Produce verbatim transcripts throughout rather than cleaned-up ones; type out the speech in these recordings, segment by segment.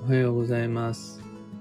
おはようございます。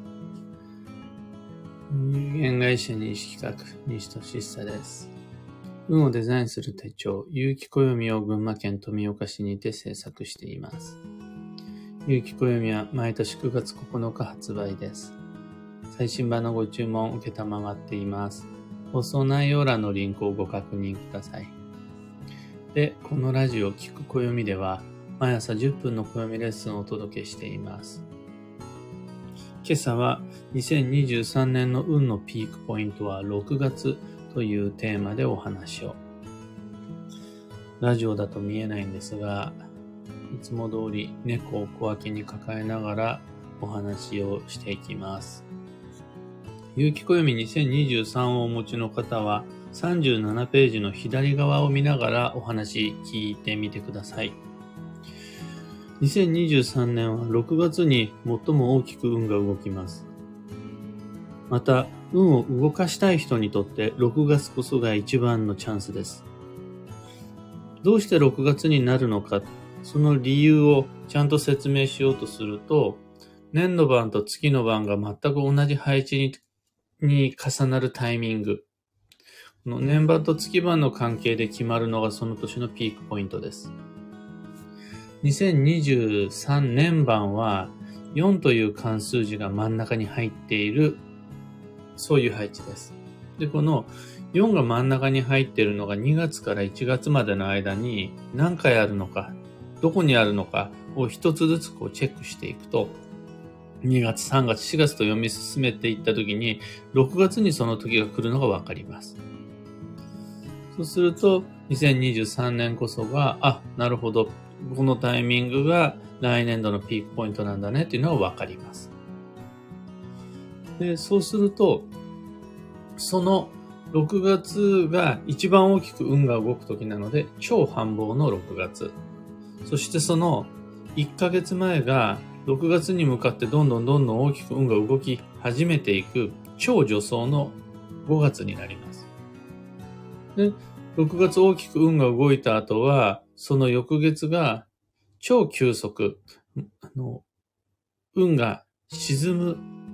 有限会社西企画、西俊久です。運をデザインする手帳、有機暦を群馬県富岡市にて制作しています。有機暦は毎年くがつここのか発売です。最新版のご注文を受けたまわっています。放送内容欄のリンクをご確認ください。で、このラジオ聞く暦では、毎朝じゅっぷんの暦レッスンをお届けしています。今朝はにせんにじゅうさんねんの運のピークポイントはろくがつというテーマでお話を。ラジオだと見えないんですが、いつも通り猫を小脇に抱えながらお話をしていきます。有機暦にせんにじゅうさんをお持ちの方はさんじゅうななページの左側を見ながらお話聞いてみてください。にせんにじゅうさんねんはろくがつに最も大きく運が動きます。また、運を動かしたい人にとってろくがつこそが一番のチャンスです。どうしてろくがつになるのか、その理由をちゃんと説明しようとすると、年の番と月の番が全く同じ配置に、に重なるタイミング。この年番と月番の関係で決まるのがその年のピークポイントです。にせんにじゅうさんねん番はよんという漢数字が真ん中に入っている、そういう配置です。で、このよんが真ん中に入っているのがにがつからいちがつまでの間に何回あるのか、どこにあるのかを一つずつこうチェックしていくと、にがつ、さんがつ、しがつと読み進めていったときに、ろくがつにその時が来るのがわかります。そうすると、にせんにじゅうさんねんこそが、あ、なるほど、このタイミングが来年度のピークポイントなんだねっていうのがわかります。で、そうすると、そのろくがつが一番大きく運が動く時なので、超繁忙のろくがつ。そしてそのいっかげつまえがろくがつに向かってどんどんどんどん大きく運が動き始めていく超助走のごがつになります。で、ろくがつ大きく運が動いた後は、その翌月が超急速、あの、運が沈む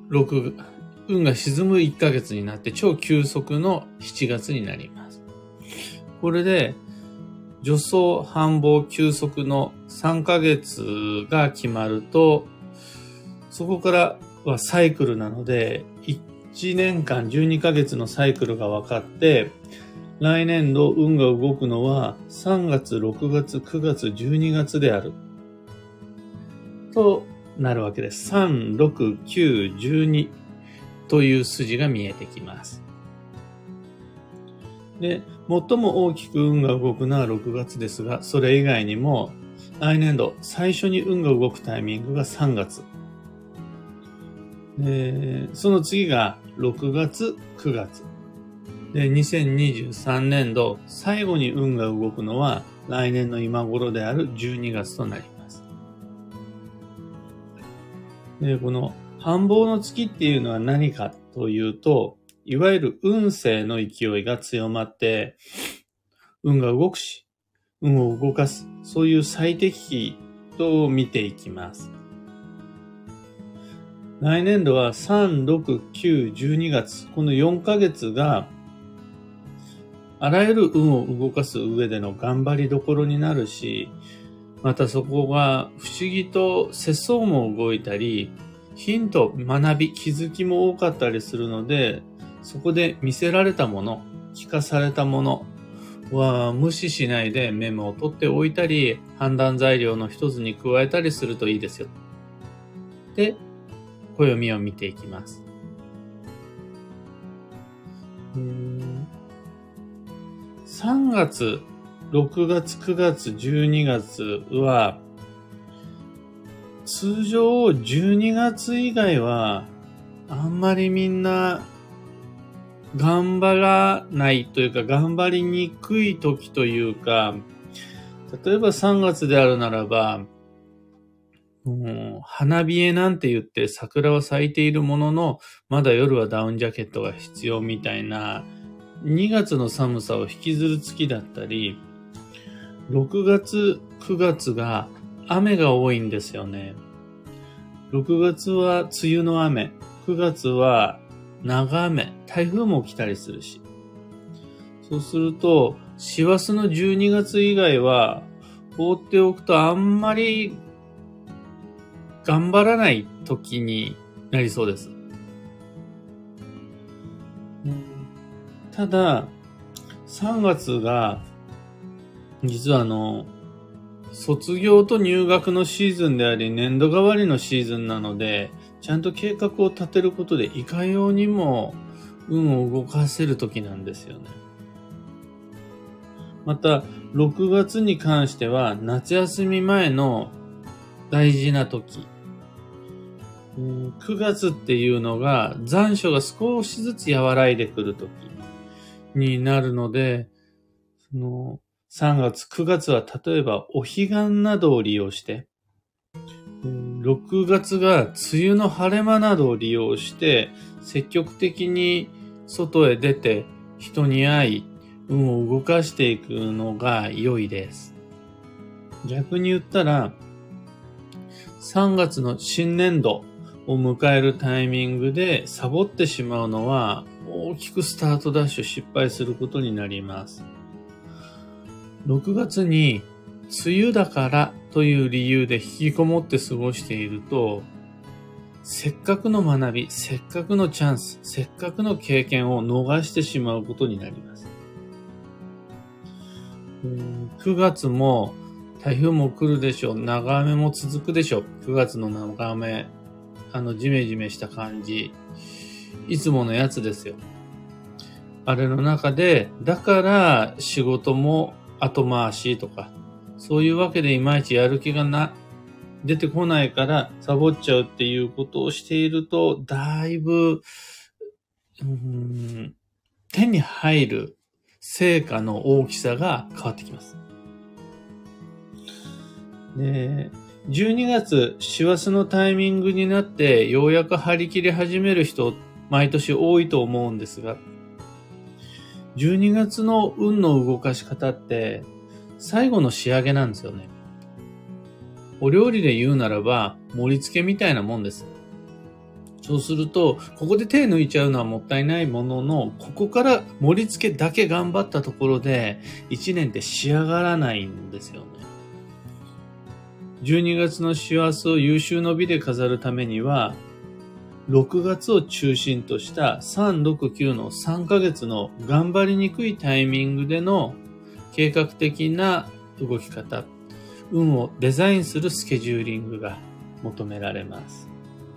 6、運が沈むいっかげつになって超急速のしちがつになります。これで、助走、繁忙、急速のさんかげつが決まると、そこからはサイクルなので、いちねんかんじゅうにかげつのサイクルが分かって、来年度運が動くのはさんがつ、ろくがつ、くがつ、じゅうにがつである。となるわけです。さん、ろく、きゅう、じゅうにという筋が見えてきます。で、最も大きく運が動くのはろくがつですが、それ以外にも来年度最初に運が動くタイミングがさんがつ。で、その次がろくがつ、くがつ。で、にせんにじゅうさんねん度最後に運が動くのは来年の今頃であるじゅうにがつとなります。で、この繁忙の月っていうのは何かというと、いわゆる運勢の勢いが強まって、運が動くし、運を動かす、そういう最適期と見ていきます。来年度はさん、ろく、きゅう、じゅうにがつ、このよんかげつが、あらゆる運を動かす上での頑張りどころになるし、またそこが不思議と世相も動いたり、ヒント、学び、気づきも多かったりするので、そこで見せられたもの、聞かされたものは無視しないでメモを取っておいたり、判断材料の一つに加えたりするといいですよ。で、暦を見ていきます。うーんさんがつ、ろくがつ、くがつ、じゅうにがつは、通常じゅうにがつ以外は、あんまりみんな頑張らないというか、頑張りにくい時というか、例えばさんがつであるならば、もう花冷えなんて言って桜は咲いているものの、まだ夜はダウンジャケットが必要みたいな、にがつの寒さを引きずる月だったり、ろくがつ、くがつが雨が多いんですよね。 ろくがつは梅雨の雨、くがつは長雨、台風も来たりするし。そうすると、師走のじゅうにがつ以外は放っておくとあんまり頑張らない時になりそうです。ただ、さんがつが、実はあの、卒業と入学のシーズンであり、年度替わりのシーズンなので、ちゃんと計画を立てることでいかようにも運を動かせる時なんですよね。また、ろくがつに関しては、夏休み前の大事な時。くがつっていうのが残暑が少しずつ和らいでくる時になるので、そのさんがつ、くがつは例えばお彼岸などを利用して、ろくがつが梅雨の晴れ間などを利用して積極的に外へ出て人に会い運を動かしていくのが良いです。逆に言ったら、さんがつの新年度を迎えるタイミングでサボってしまうのは大きくスタートダッシュ失敗することになります。ろくがつに梅雨だからという理由で引きこもって過ごしていると、せっかくの学び、せっかくのチャンス、せっかくの経験を逃してしまうことになります。くがつも台風も来るでしょう。長雨も続くでしょう。くがつの長雨、あのジメジメした感じ、いつものやつですよ。あれの中で、だから仕事も後回しとか、そういうわけでいまいちやる気がな、出てこないからサボっちゃうっていうことをしていると、だいぶ、うーん、手に入る成果の大きさが変わってきます。で、じゅうにがつ、師走のタイミングになってようやく張り切り始める人、毎年多いと思うんですが、じゅうにがつの運の動かし方って最後の仕上げなんですよね。お料理で言うならば盛り付けみたいなもんです。そうすると、ここで手抜いちゃうのはもったいないものの、ここから盛り付けだけ頑張ったところでいちねんって仕上がらないんですよね。じゅうにがつの師走を有終の美で飾るためには、ろくがつを中心としたさん、ろく、きゅうのさんかげつの頑張りにくいタイミングでの計画的な動き方、運をデザインするスケジューリングが求められます。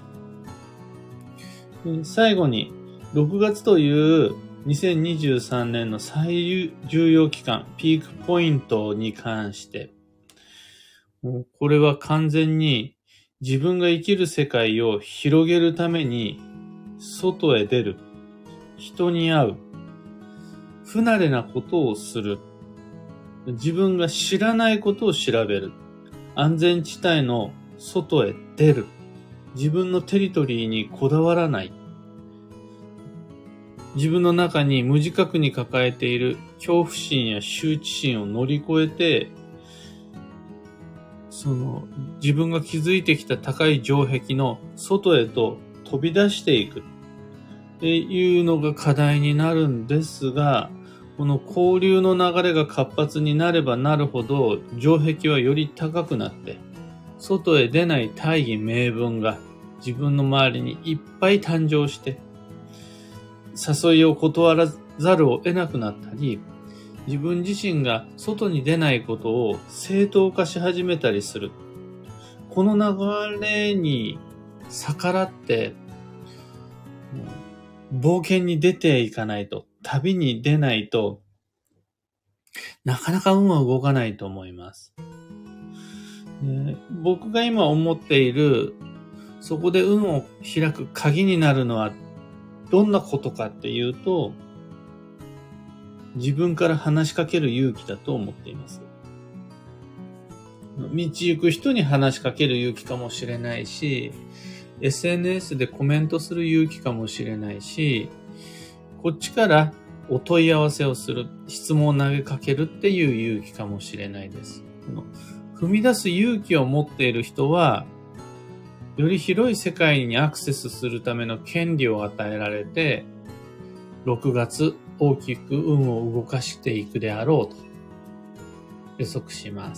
最後に、ろくがつというにせんにじゅうさんねんの最重要期間、ピークポイントに関して、もうこれは完全に自分が生きる世界を広げるために外へ出る、人に会う、不慣れなことをする、自分が知らないことを調べる、安全地帯の外へ出る、自分のテリトリーにこだわらない、自分の中に無自覚に抱えている恐怖心や羞恥心を乗り越えて、その自分が築いてきた高い城壁の外へと飛び出していくっていうのが課題になるんですが、この交流の流れが活発になればなるほど城壁はより高くなって、外へ出ない大義名分が自分の周りにいっぱい誕生して、誘いを断らざるを得なくなったり、自分自身が外に出ないことを正当化し始めたりする。この流れに逆らって、冒険に出ていかないと、旅に出ないと、なかなか運は動かないと思います。で、僕が今思っている、そこで運を開く鍵になるのはどんなことかっていうと、自分から話しかける勇気だと思っています。道行く人に話しかける勇気かもしれないし、エスエヌエス でコメントする勇気かもしれないし、こっちからお問い合わせをする、質問を投げかけるっていう勇気かもしれないです。この踏み出す勇気を持っている人は、 より広い世界にアクセスするための権利を与えられて、ろくがつ大きく運を動かしていくであろうと予測します。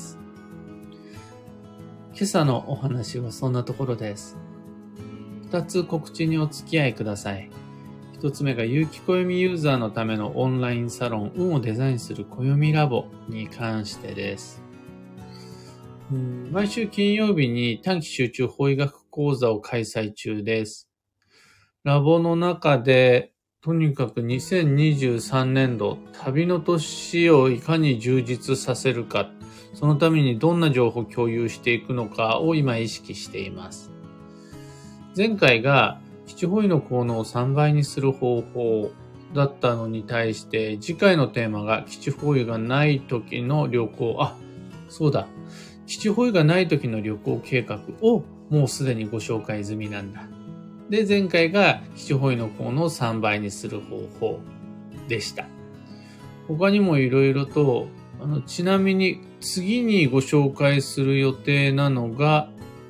今朝のお話はそんなところです。二つ告知にお付き合いください。一つ目が有機暦ユーザーのためのオンラインサロン運をデザインする暦ラボに関してです。うん、毎週金曜日に短期集中法医学講座を開催中です。ラボの中でとにかくにせんにじゅうさんねんど旅の年をいかに充実させるか、そのためにどんな情報を共有していくのかを今意識しています。前回が基地方位の効能をさんばいにする方法だったのに対して、次回のテーマが基地方位がない時の旅行、あ、そうだ、基地方位がない時の旅行計画をもうすでにご紹介済みなんだ。で、前回が基地方位の効能をさんばいにする方法でした。他にもいろいろと、あの、ちなみに次にご紹介する予定なのが、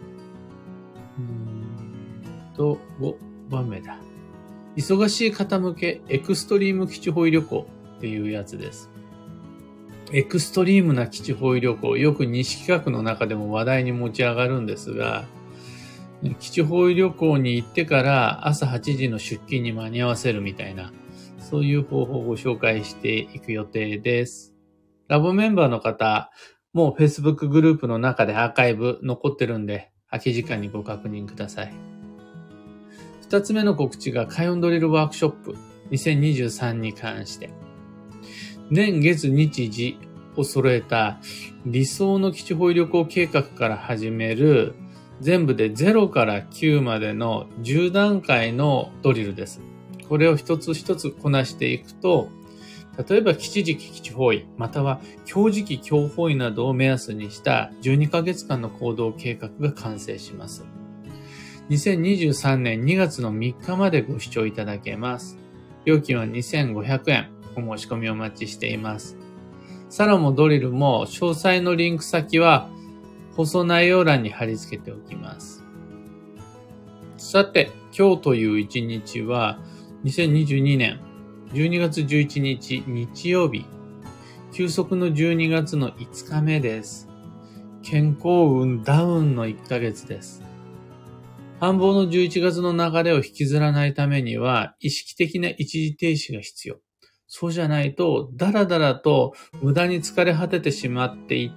とごばんめだ。忙しい方向けエクストリーム基地方位旅行っていうやつです。エクストリームな基地方位旅行、よく西企画の中でも話題に持ち上がるんですが、基地方位旅行に行ってから朝はちじの出勤に間に合わせるみたいな、そういう方法をご紹介していく予定です。ラボメンバーの方、もう Facebook グループの中でアーカイブ残ってるんで、空き時間にご確認ください。二つ目の告知が開運ドリルワークショップにせんにじゅうさんに関して、年月日時を揃えた理想の基地方位旅行計画から始める全部でゼロからきゅうまでのじゅうだんかいのドリルです。これを一つ一つこなしていくと、例えば基地時期基地方位、または強時期強方位などを目安にしたじゅうにかげつかんの行動計画が完成します。にせんにじゅうさんねんにがつのみっかまでご視聴いただけます。料金はにせんごひゃくえん。お申し込みお待ちしています。サロンもドリルも詳細のリンク先は放送内容欄に貼り付けておきます。さて、今日という一日はにせんにじゅうにねんじゅうにがつじゅういちにち日曜日。休息のじゅうにがつのいつかめです。健康運ダウンのいっかげつです。繁忙のじゅういちがつの流れを引きずらないためには、意識的な一時停止が必要。そうじゃないと、だらだらと無駄に疲れ果ててしまっていって、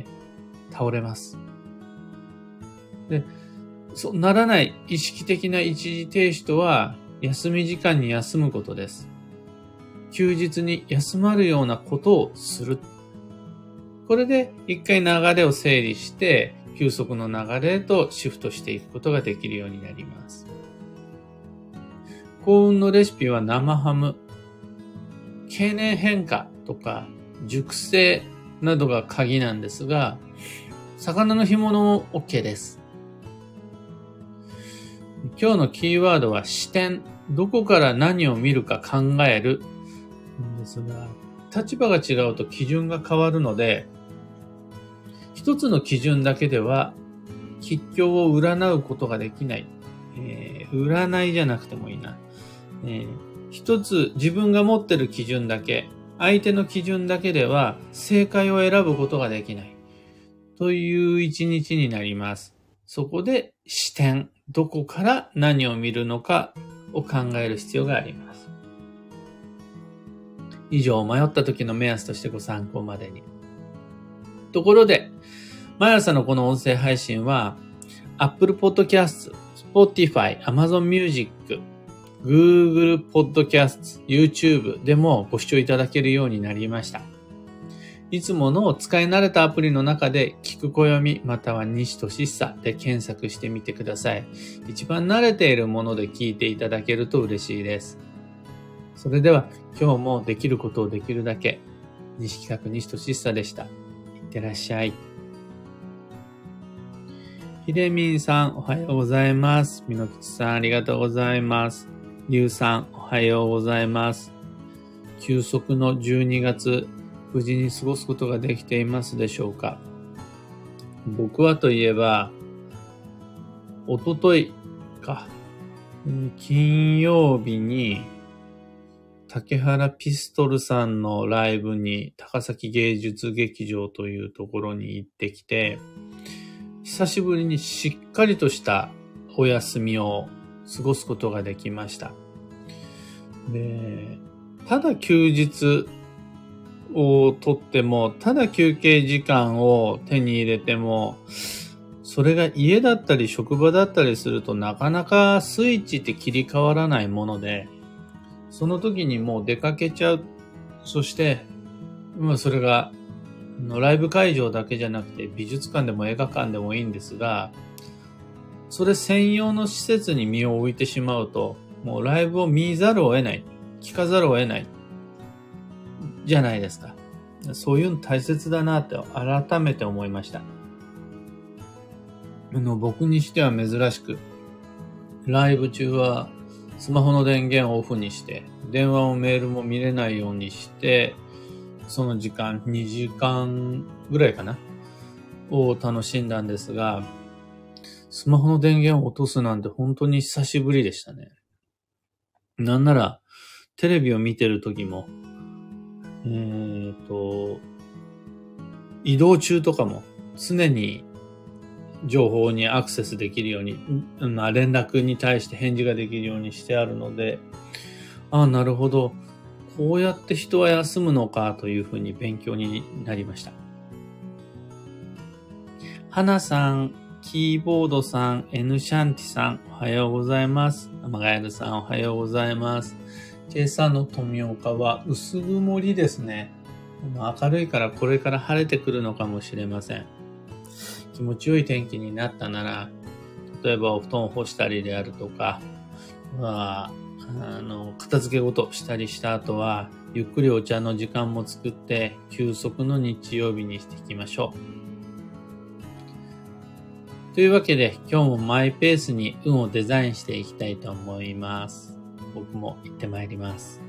倒れます。で、そうならない意識的な一時停止とは、休み時間に休むことです。休日に休まるようなことをする。これで一回流れを整理して、休息の流れへとシフトしていくことができるようになります。幸運のレシピは生ハム、経年変化とか熟成などが鍵なんですが、魚の干物も OK です。今日のキーワードは視点、どこから何を見るか考えるですが、立場が違うと基準が変わるので、一つの基準だけでは吉凶を占うことができない。えー、占いじゃなくてもいいな。えー、一つ自分が持ってる基準だけ、相手の基準だけでは正解を選ぶことができない。という一日になります。そこで視点、どこから何を見るのかを考える必要があります。以上、迷った時の目安としてご参考までに。ところで、毎朝のこの音声配信は、Apple Podcast、Spotify、Amazon Music、Google Podcast、YouTube でもご視聴いただけるようになりました。いつもの使い慣れたアプリの中で、聞く暦または西俊久で検索してみてください。一番慣れているもので聞いていただけると嬉しいです。それでは、今日もできることをできるだけ、西企画西俊久でした。いってらっしゃい。ひでみんさん、おはようございます。みのきちさん、ありがとうございます。りゅうさん、おはようございます。休息のじゅうにがつ、無事に過ごすことができていますでしょうか。僕はといえば、 おとといか、金曜日に竹原ピストルさんのライブに高崎芸術劇場というところに行ってきて、久しぶりにしっかりとしたお休みを過ごすことができました。で、ただ休日をとっても、ただ休憩時間を手に入れても、それが家だったり職場だったりするとなかなかスイッチって切り替わらないもので、その時にもう出かけちゃう。そして、まあそれがライブ会場だけじゃなくて美術館でも映画館でもいいんですが、それ専用の施設に身を置いてしまうと、もうライブを見ざるを得ない、聞かざるを得ないじゃないですか。そういうの大切だなって改めて思いました。あの僕にしては珍しく、ライブ中はスマホの電源をオフにして、電話もメールも見れないようにして、その時間、にじかんぐらいかなを楽しんだんですが、スマホの電源を落とすなんて本当に久しぶりでしたね。なんなら、テレビを見てる時も、えーと、移動中とかも常に情報にアクセスできるように、まあ、連絡に対して返事ができるようにしてあるので、ああ、なるほど。こうやって人は休むのかというふうに勉強になりました。花さん、キーボードさん、N シャンティさん、おはようございます。アマガエルさん、おはようございます。今朝の富岡は薄曇りですね。明るいからこれから晴れてくるのかもしれません。気持ちよい天気になったなら、例えばお布団を干したりであるとか、まあ、あの片付け事したりした後は、ゆっくりお茶の時間も作って休息の日曜日にしていきましょう。というわけで、今日もマイペースに運をデザインしていきたいと思います。僕も行ってまいります。